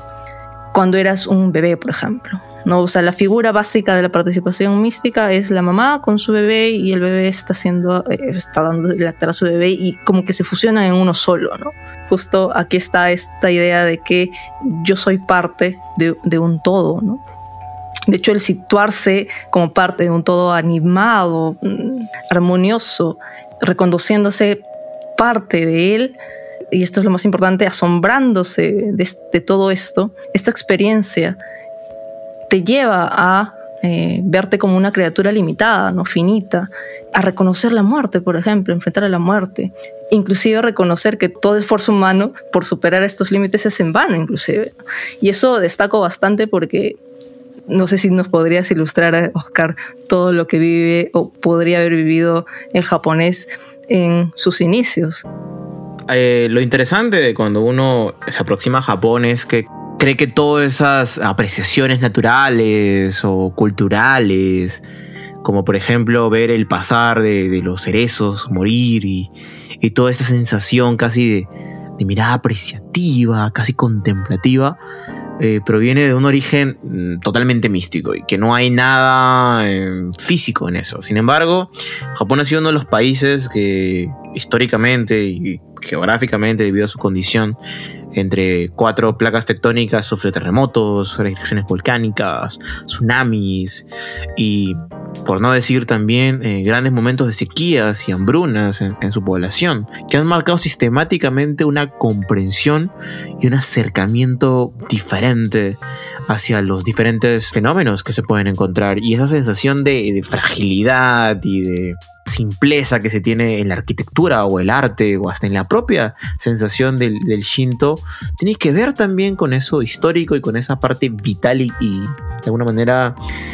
cuando eras un bebé, por ejemplo, ¿no? O sea, la figura básica de la participación mística es la mamá con su bebé y el bebé está haciendo, eh, está dando de lactar a su bebé y como que se fusionan en uno solo, ¿no? Justo aquí está esta idea de que yo soy parte de, de un todo, ¿no? De hecho, el situarse como parte de un todo animado, armonioso, reconociéndose parte de él, y esto es lo más importante, asombrándose de, de todo esto, esta experiencia te lleva a eh, verte como una criatura limitada, no finita, a reconocer la muerte, por ejemplo, enfrentar a la muerte, inclusive reconocer que todo esfuerzo humano por superar estos límites es en vano, inclusive. Y eso destaco bastante porque no sé si nos podrías ilustrar, Oscar, todo lo que vive o podría haber vivido el japonés en sus inicios. Eh, lo interesante de cuando uno se aproxima a Japón es que cree que todas esas apreciaciones naturales o culturales, como por ejemplo ver el pasar de, de los cerezos, morir y, y toda esta sensación casi de, de mirada apreciativa, casi contemplativa, eh, proviene de un origen mm, totalmente místico y que no hay nada eh, físico en eso. Sin embargo, Japón ha sido uno de los países que históricamente y geográficamente, debido a su condición entre cuatro placas tectónicas, sufre terremotos, erupciones volcánicas, tsunamis y, por no decir también, eh, grandes momentos de sequías y hambrunas en, en su población, que han marcado sistemáticamente una comprensión y un acercamiento diferente hacia los diferentes fenómenos que se pueden encontrar, y esa sensación de, de fragilidad y de simpleza que se tiene en la arquitectura o el arte o hasta en la propia sensación del, del Shinto, tiene que ver también con eso histórico y con esa parte vital y, y de alguna manera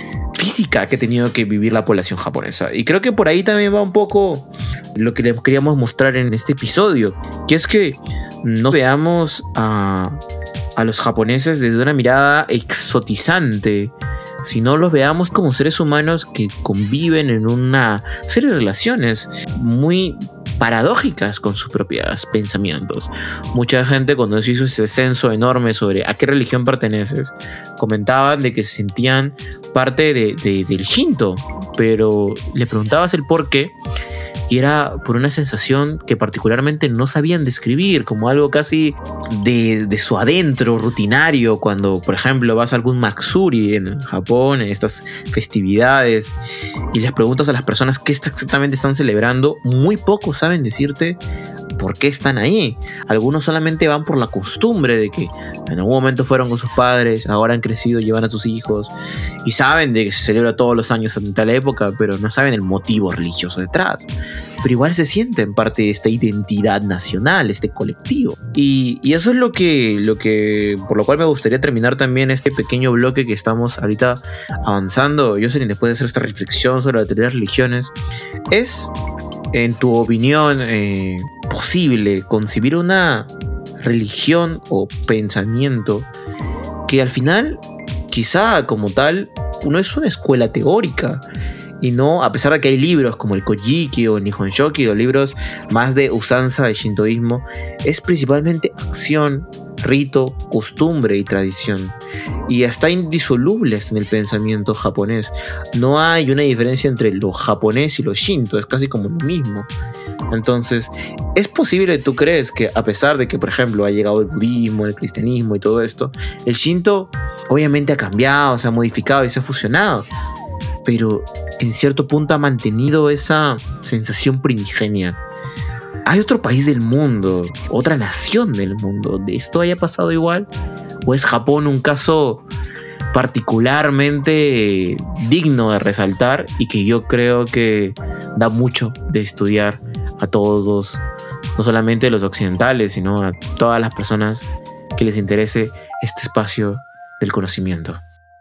física que ha tenido que vivir la población japonesa. Y creo que por ahí también va un poco lo que les queríamos mostrar en este episodio, que es que no veamos a, a los japoneses desde una mirada exotizante, sino los veamos como seres humanos que conviven en una serie de relaciones muy paradójicas con sus propios pensamientos. Mucha gente, cuando se hizo ese censo enorme sobre a qué religión perteneces, comentaban de que se sentían parte de, de, del Shinto, pero le preguntabas el por qué y era por una sensación que particularmente no sabían describir, como algo casi de, de su adentro rutinario. Cuando, por ejemplo, vas a algún Matsuri en Japón, en estas festividades, y les preguntas a las personas qué exactamente están celebrando, muy pocos saben decirte por qué están ahí. Algunos solamente van por la costumbre de que en algún momento fueron con sus padres, ahora han crecido, llevan a sus hijos y saben de que se celebra todos los años en tal época, pero no saben el motivo religioso detrás. Pero igual se sienten parte de esta identidad nacional, este colectivo. Y, y eso es lo que, lo que, por lo cual me gustaría terminar también este pequeño bloque que estamos ahorita avanzando. Jocelyn, después de hacer esta reflexión sobre las tres religiones, es, en tu opinión, eh, posible concebir una religión o pensamiento que al final, quizá como tal, no es una escuela teórica, y no, a pesar de que hay libros como el Kojiki o el Nihon Shoki o libros más de usanza de shintoísmo, es principalmente acción, rito, costumbre y tradición, y está indisolubles en el pensamiento japonés. No hay una diferencia entre lo japonés y lo shinto, es casi como lo mismo. Entonces, ¿es posible, tú crees, que a pesar de que, por ejemplo, ha llegado el budismo, el cristianismo y todo esto, el shinto obviamente ha cambiado, se ha modificado y se ha fusionado, pero en cierto punto ha mantenido esa sensación primigenia? ¿Hay otro país del mundo, otra nación del mundo donde esto haya pasado igual? ¿O es Japón un caso particularmente digno de resaltar y que yo creo que da mucho de estudiar a todos, no solamente los occidentales, sino a todas las personas que les interese este espacio del conocimiento?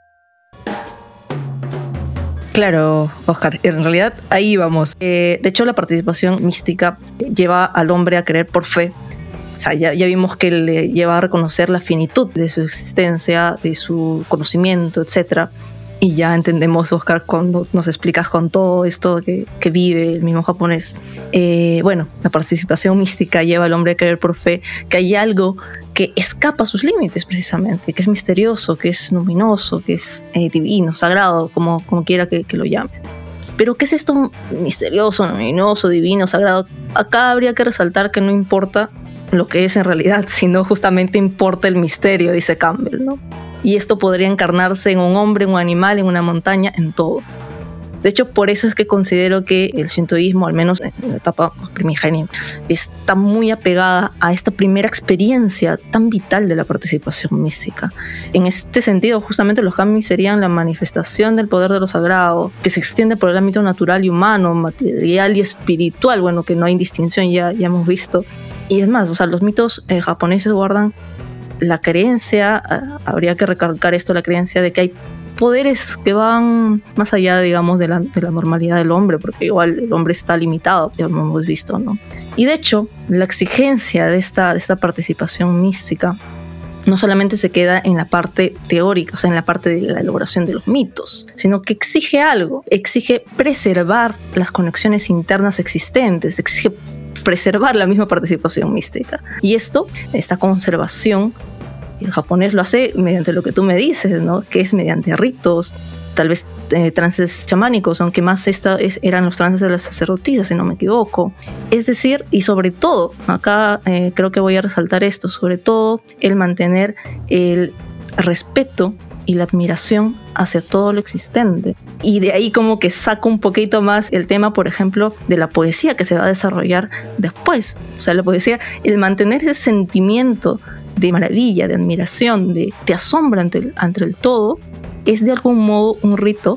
Claro, Oscar, en realidad ahí vamos. Eh, de hecho, la participación mística lleva al hombre a creer por fe. O sea, ya, ya vimos que le lleva a reconocer la finitud de su existencia, de su conocimiento, etcétera. Y ya entendemos, Oscar, cuando nos explicas con todo esto que, que vive el mismo japonés. Eh, bueno, la participación mística lleva al hombre a creer por fe que hay algo que escapa a sus límites, precisamente, que es misterioso, que es luminoso, que es eh, divino, sagrado, como, como quiera que, que lo llame. Pero ¿qué es esto misterioso, luminoso, divino, sagrado? Acá habría que resaltar que no importa lo que es en realidad, sino justamente importa el misterio, dice Campbell, ¿no? Y esto podría encarnarse en un hombre, en un animal, en una montaña, en todo. De hecho, por eso es que considero que el shintoísmo, al menos en la etapa primigenia, está muy apegada a esta primera experiencia tan vital de la participación mística. En este sentido, justamente los kami serían la manifestación del poder de lo sagrado, que se extiende por el ámbito natural y humano, material y espiritual, bueno, que no hay distinción, ya, ya hemos visto. Y es más, o sea, los mitos eh, japoneses guardan la creencia, uh, habría que recalcar esto, la creencia de que hay poderes que van más allá, digamos, de la, de la normalidad del hombre, porque igual el hombre está limitado, ya lo hemos visto, ¿no? Y de hecho, la exigencia de esta, de esta participación mística no solamente se queda en la parte teórica, o sea, en la parte de la elaboración de los mitos, sino que exige algo, exige preservar las conexiones internas existentes, exige preservar la misma participación mística. Y esto, esta conservación, el japonés lo hace mediante lo que tú me dices, ¿no? Que es mediante ritos, tal vez eh, trances chamánicos, aunque más esta es, eran los trances de las sacerdotisas, si no me equivoco. Es decir, y sobre todo, acá eh, creo que voy a resaltar esto, sobre todo el mantener el respeto y la admiración hacia todo lo existente. Y de ahí como que saco un poquito más el tema, por ejemplo, de la poesía que se va a desarrollar después. O sea, la poesía, el mantener ese sentimiento de maravilla, de admiración, de, de asombro ante el, ante el todo, es de algún modo un rito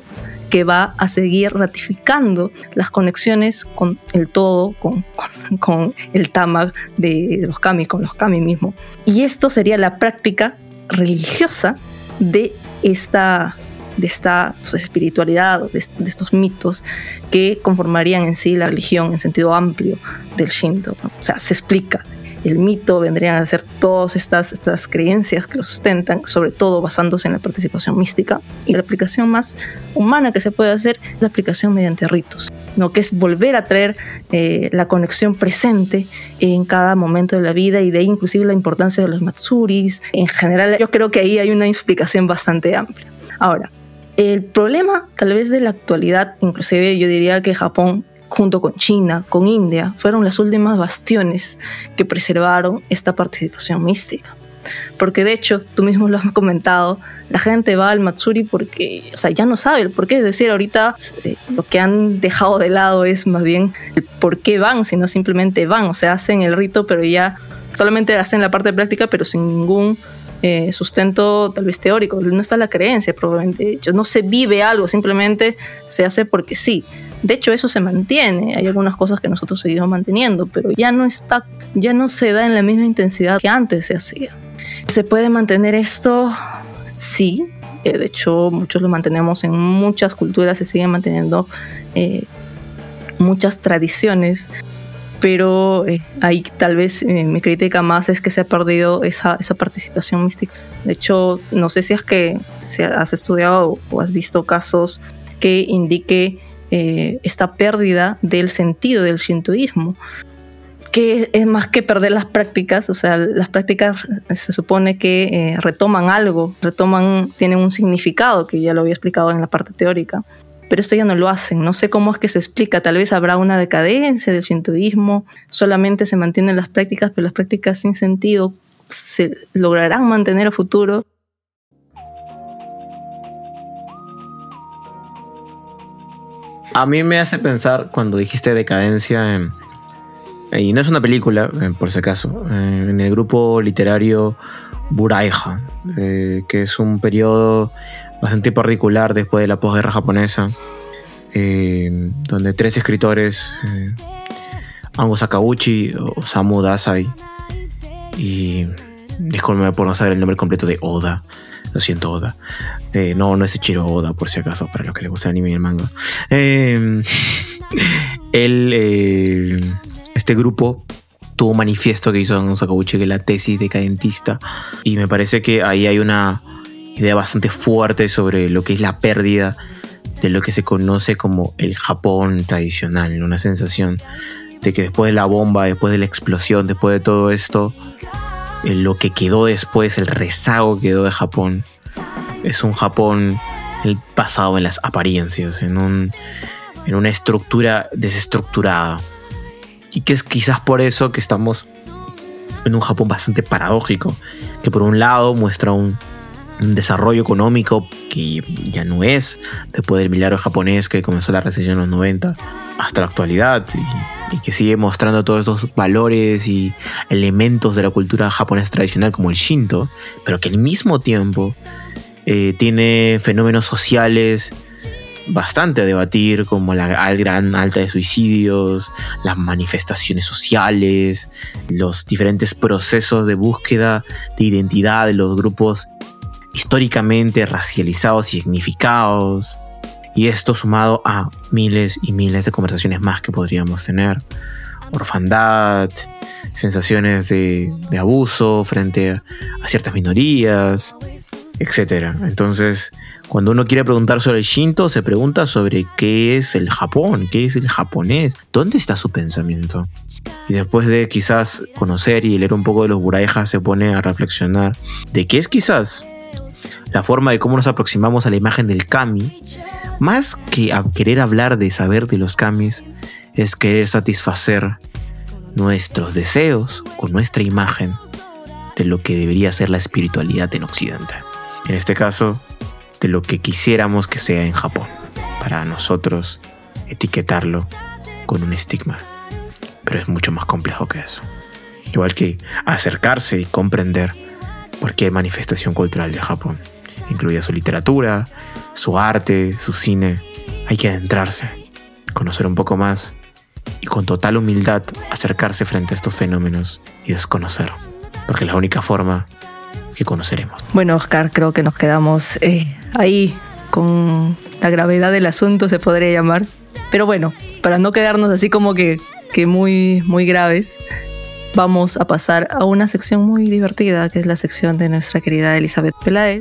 que va a seguir ratificando las conexiones con el todo, con, con, con el tama de, de los kami, con los kami mismo. Y esto sería la práctica religiosa de esta, de esta pues, espiritualidad, de, de estos mitos que conformarían en sí la religión en sentido amplio del Shinto, ¿no? O sea, se explica. El mito vendrían a ser todas estas, estas creencias que lo sustentan, sobre todo basándose en la participación mística. Y la aplicación más humana que se puede hacer es la aplicación mediante ritos, ¿no? Que es volver a traer eh, la conexión presente en cada momento de la vida, y de ahí inclusive la importancia de los matsuris. En general, yo creo que ahí hay una explicación bastante amplia. Ahora, el problema tal vez de la actualidad, inclusive yo diría que Japón, junto con China, con India, fueron las últimas bastiones que preservaron esta participación mística. Porque de hecho, tú mismo lo has comentado, la gente va al Matsuri porque, o sea, ya no sabe el por qué. Es decir, ahorita eh, lo que han dejado de lado es más bien el por qué van, sino simplemente van. O sea, hacen el rito, pero ya solamente hacen la parte práctica, pero sin ningún eh, sustento tal vez teórico. No está la creencia, probablemente. De hecho, no se vive algo, simplemente se hace porque sí. De hecho, eso se mantiene. Hay algunas cosas que nosotros seguimos manteniendo, pero ya no está, ya no se da en la misma intensidad que antes se hacía. ¿Se puede mantener esto? Sí. Eh, de hecho, muchos lo mantenemos en muchas culturas, se siguen manteniendo eh, muchas tradiciones, pero eh, ahí tal vez eh, mi crítica más es que se ha perdido esa, esa participación mística. De hecho, no sé si es que si has estudiado o has visto casos que indique Eh, esta pérdida del sentido del shintoísmo, que es más que perder las prácticas. O sea, las prácticas se supone que eh, retoman algo, retoman, tienen un significado, que ya lo había explicado en la parte teórica, pero esto ya no lo hacen. No sé cómo es que se explica. Tal vez habrá una decadencia del shintoísmo, solamente se mantienen las prácticas, pero las prácticas sin sentido se lograrán mantener a futuro. A mí me hace pensar, cuando dijiste decadencia, en, y no es una película, por si acaso, en el grupo literario Buraiha, eh, que es un periodo bastante particular después de la posguerra japonesa, eh, donde tres escritores, eh, Ango Sakaguchi, Osamu Dazai y, discúlpeme por no saber el nombre completo de Oda, lo siento, Oda. Eh, no, no es Ichiro Oda, por si acaso, para los que les gusta el anime y el manga. Eh, él, eh, este grupo tuvo un manifiesto que hizo Ango Sakaguchi, que es la tesis decadentista, y me parece que ahí hay una idea bastante fuerte sobre lo que es la pérdida de lo que se conoce como el Japón tradicional, una sensación de que después de la bomba, después de la explosión, después de todo esto, lo que quedó después, el rezago que quedó de Japón, es un Japón basado en las apariencias, en, un, en una estructura desestructurada. Y que es quizás por eso que estamos en un Japón bastante paradójico, que por un lado muestra un, un desarrollo económico que ya no es, después del milagro japonés que comenzó la recesión en los noventa hasta la actualidad, y, y que sigue mostrando todos estos valores y elementos de la cultura japonesa tradicional como el Shinto, pero que al mismo tiempo eh, tiene fenómenos sociales bastante a debatir, como la gran alta de suicidios, las manifestaciones sociales, los diferentes procesos de búsqueda de identidad de los grupos históricamente racializados y significados. Y esto sumado a miles y miles de conversaciones más que podríamos tener. Orfandad, sensaciones de, de abuso frente a, a ciertas minorías, etcétera. Entonces, cuando uno quiere preguntar sobre el Shinto, se pregunta sobre qué es el Japón, qué es el japonés, dónde está su pensamiento. Y después de quizás conocer y leer un poco de los Buraijas, se pone a reflexionar de qué es quizás la forma de cómo nos aproximamos a la imagen del kami. Más que a querer hablar de saber de los kamis, es querer satisfacer nuestros deseos o nuestra imagen de lo que debería ser la espiritualidad en Occidente. En este caso, de lo que quisiéramos que sea en Japón, para nosotros etiquetarlo con un estigma. Pero es mucho más complejo que eso. Igual que acercarse y comprender por qué hay manifestación cultural del Japón. incluida su literatura, su arte, su cine. Hay que adentrarse, conocer un poco más y con total humildad acercarse frente a estos fenómenos y desconocer, porque es la única forma que conoceremos. Bueno, Oscar, creo que nos quedamos eh, ahí con la gravedad del asunto, se podría llamar. Pero bueno, para no quedarnos así como que, que muy, muy graves, vamos a pasar a una sección muy divertida, que es la sección de nuestra querida Elizabeth Peláez.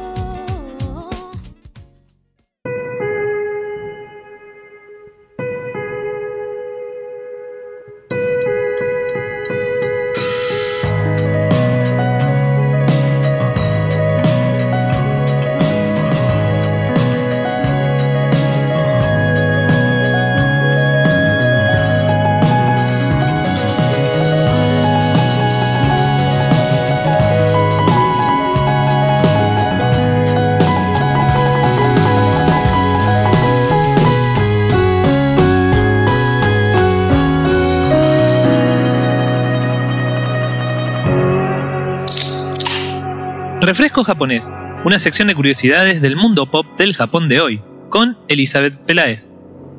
Refresco Japonés, una sección de curiosidades del mundo pop del Japón de hoy, con Elizabeth Peláez.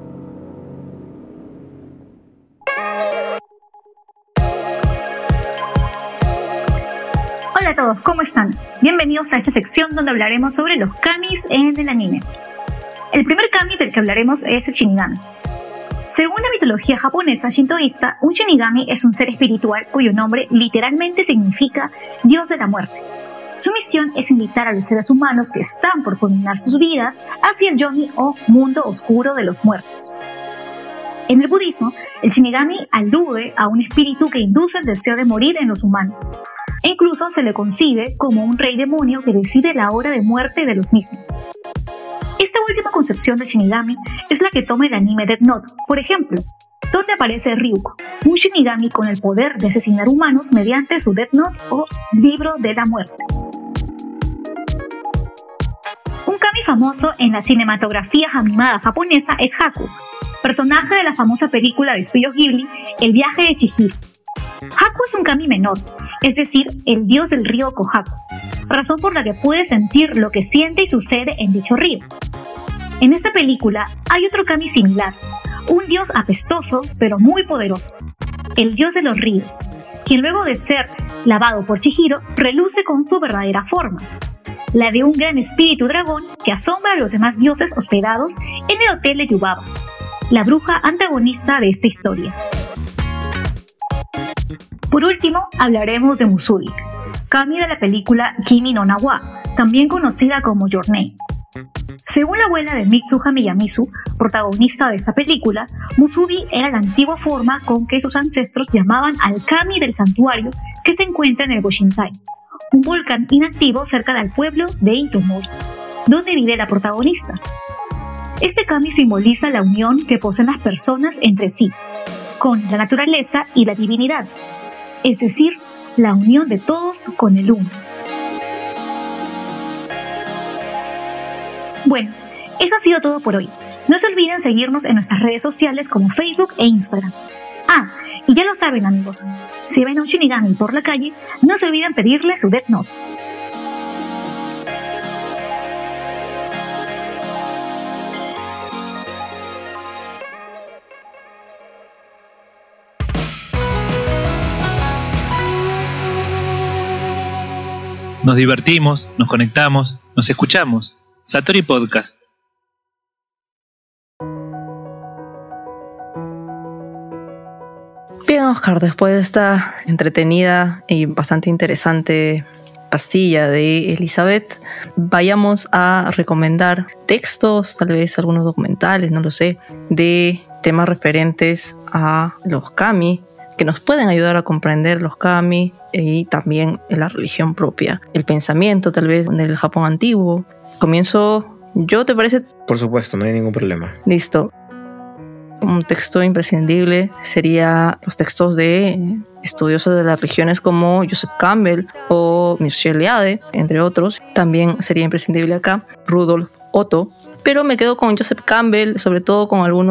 Hola a todos, ¿cómo están? Bienvenidos a esta sección donde hablaremos sobre los kamis en el anime. El primer kami del que hablaremos es el Shinigami. Según la mitología japonesa shintoísta, un Shinigami es un ser espiritual cuyo nombre literalmente significa Dios de la muerte. Su misión es invitar a los seres humanos que están por culminar sus vidas hacia el yomi o mundo oscuro de los muertos. En el budismo, el Shinigami alude a un espíritu que induce el deseo de morir en los humanos, e incluso se le concibe como un rey demonio que decide la hora de muerte de los mismos. Esta última concepción del Shinigami es la que toma el anime Death Note, por ejemplo, donde aparece Ryuko, un Shinigami con el poder de asesinar humanos mediante su Death Note o libro de la muerte. Un kami famoso en la cinematografía animada japonesa es Haku, personaje de la famosa película de Estudios Ghibli, El viaje de Chihiro. Haku es un kami menor, es decir, el dios del río Kohaku, razón por la que puede sentir lo que siente y sucede en dicho río. En esta película hay otro kami similar, un dios apestoso pero muy poderoso, el dios de los ríos, quien luego de ser lavado por Chihiro reluce con su verdadera forma, la de un gran espíritu dragón que asombra a los demás dioses hospedados en el hotel de Yubaba, la bruja antagonista de esta historia. Por último, hablaremos de Musubi, kami de la película Kimi no Na wa, también conocida como Your Name. Según la abuela de Mitsuha Miyamizu, protagonista de esta película, Musubi era la antigua forma con que sus ancestros llamaban al kami del santuario que se encuentra en el Goshintai, un volcán inactivo cerca del pueblo de Itomori, donde vive la protagonista. Este kami simboliza la unión que poseen las personas entre sí, con la naturaleza y la divinidad, es decir, la unión de todos con el uno. Bueno, eso ha sido todo por hoy. No se olviden seguirnos en nuestras redes sociales como Facebook e Instagram. Ah, y ya lo saben amigos, si ven a un Shinigami por la calle, no se olviden pedirle su Death Note. Nos divertimos, nos conectamos, nos escuchamos. Satori Podcast. Bien, Oscar, después de esta entretenida y bastante interesante pastilla de Elizabeth, vayamos a recomendar textos, tal vez algunos documentales, no lo sé, de temas referentes a los kami, que nos pueden ayudar a comprender los kami y también la religión propia, el pensamiento tal vez del Japón antiguo. Comienzo yo, ¿te parece? Por supuesto, no hay ningún problema. Listo. Un texto imprescindible sería los textos de estudiosos de las religiones como Joseph Campbell o Mircea Eliade, entre otros. También sería imprescindible acá Rudolf Otto, pero me quedo con Joseph Campbell, sobre todo con algunos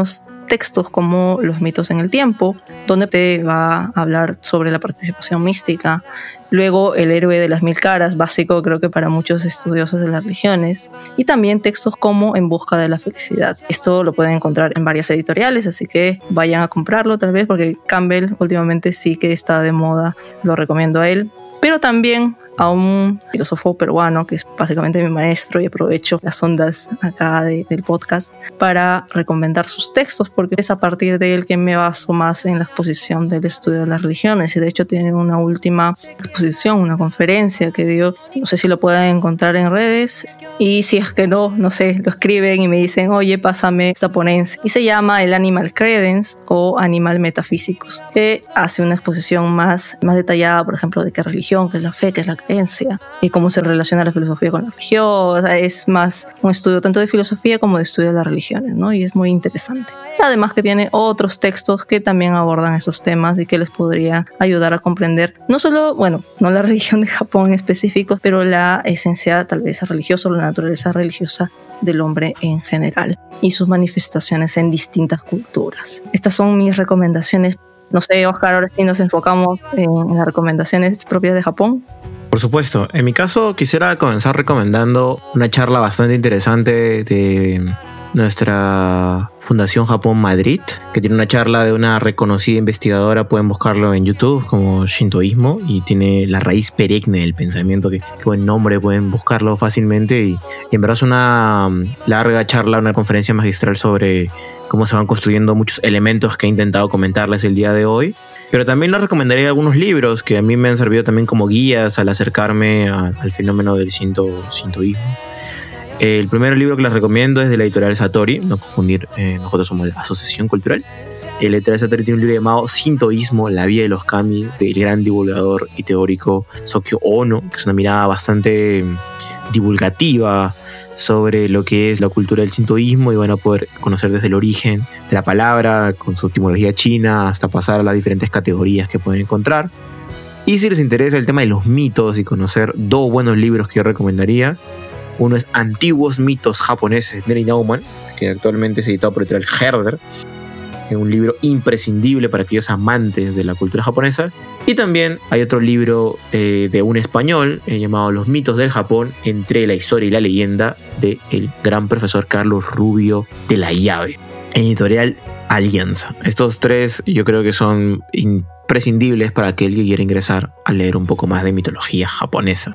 textos como Los mitos en el tiempo, donde te va a hablar sobre la participación mística. Luego El héroe de las mil caras, básico creo que para muchos estudiosos de las religiones. Y también textos como En busca de la felicidad. Esto lo pueden encontrar en varias editoriales, así que vayan a comprarlo tal vez, porque Campbell últimamente sí que está de moda. Lo recomiendo a él. Pero también a un filósofo peruano que es básicamente mi maestro, y aprovecho las ondas acá de, del podcast para recomendar sus textos, porque es a partir de él que me baso más en la exposición del estudio de las religiones. Y de hecho tiene una última exposición, una conferencia que dio, no sé si lo pueden encontrar en redes, y si es que no, no sé, lo escriben y me dicen, oye, pásame esta ponencia, y se llama el Animal Credence o Animal Metafísicos, que hace una exposición más, más detallada, por ejemplo, de qué religión, qué es la fe, qué es la creencia y cómo se relaciona la filosofía con la religión. O sea, es más un estudio tanto de filosofía como de estudio de las religiones, ¿no? Y es muy interesante. Además que tiene otros textos que también abordan esos temas y que les podría ayudar a comprender no solo, bueno, no la religión de Japón en específico, pero la esencia tal vez religiosa o la naturaleza religiosa del hombre en general y sus manifestaciones en distintas culturas. Estas son mis recomendaciones. No sé, Oscar, ahora sí nos enfocamos en, en las recomendaciones propias de Japón. Por supuesto. En mi caso, quisiera comenzar recomendando una charla bastante interesante de nuestra Fundación Japón Madrid, que tiene una charla de una reconocida investigadora. Pueden buscarlo en YouTube como Shintoísmo, y tiene la raíz perenne del pensamiento. Que, que buen nombre, pueden buscarlo fácilmente. Y, y en verdad es una larga charla, una conferencia magistral sobre cómo se van construyendo muchos elementos que he intentado comentarles el día de hoy. Pero también les recomendaría algunos libros que a mí me han servido también como guías al acercarme a, al fenómeno del shinto, shintoísmo. El primer libro que les recomiendo es de la editorial Satori, no confundir, eh, nosotros somos la Asociación Cultural. El editorial Satori tiene un libro llamado Shintoísmo, la vía de los kami, del gran divulgador y teórico Sokyo Ono, que es una mirada bastante divulgativa sobre lo que es la cultura del shintoísmo, y van a poder conocer desde el origen de la palabra, con su etimología china, hasta pasar a las diferentes categorías que pueden encontrar. Y si les interesa el tema de los mitos y conocer dos buenos libros que yo recomendaría, uno es Antiguos mitos japoneses de Neil Nauman, que actualmente es editado por el editorial Herder, es un libro imprescindible para aquellos amantes de la cultura japonesa. Y también hay otro libro eh, de un español eh, llamado Los mitos del Japón, entre la historia y la leyenda, del gran profesor Carlos Rubio de la Llave, editorial Alianza. Estos tres yo creo que son imprescindibles para aquel que quiera ingresar a leer un poco más de mitología japonesa.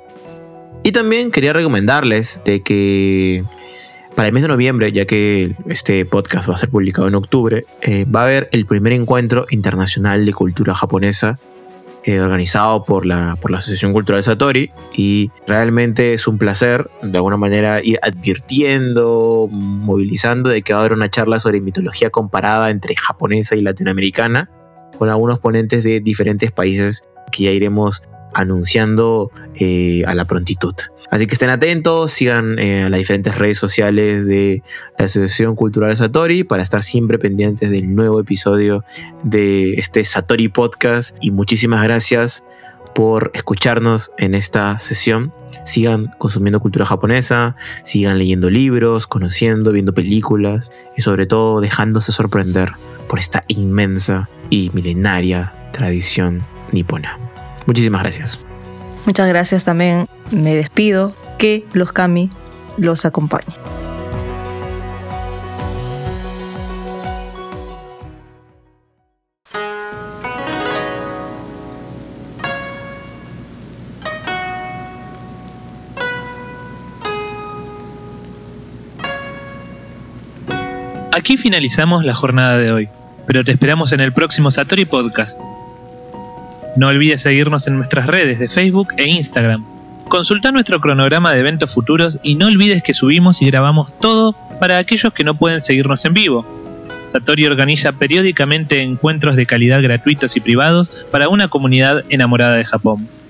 Y también quería recomendarles de que para el mes de noviembre, ya que este podcast va a ser publicado en octubre, eh, va a haber el primer encuentro internacional de cultura japonesa eh, organizado por la, por la Asociación Cultural Satori, y realmente es un placer de alguna manera ir advirtiendo, movilizando de que va a haber una charla sobre mitología comparada entre japonesa y latinoamericana, con algunos ponentes de diferentes países que ya iremos anunciando eh, a la prontitud. Así que estén atentos, sigan eh, a las diferentes redes sociales de la Asociación Cultural Satori para estar siempre pendientes del nuevo episodio de este Satori Podcast. Y muchísimas gracias por escucharnos en esta sesión. Sigan consumiendo cultura japonesa, sigan leyendo libros, conociendo, viendo películas y sobre todo dejándose sorprender por esta inmensa y milenaria tradición nipona. Muchísimas gracias. Muchas gracias también. Me despido. Que los kami los acompañen. Aquí finalizamos la jornada de hoy, pero te esperamos en el próximo Satori Podcast. No olvides seguirnos en nuestras redes de Facebook e Instagram. Consulta nuestro cronograma de eventos futuros y no olvides que subimos y grabamos todo para aquellos que no pueden seguirnos en vivo. Satori organiza periódicamente encuentros de calidad gratuitos y privados para una comunidad enamorada de Japón.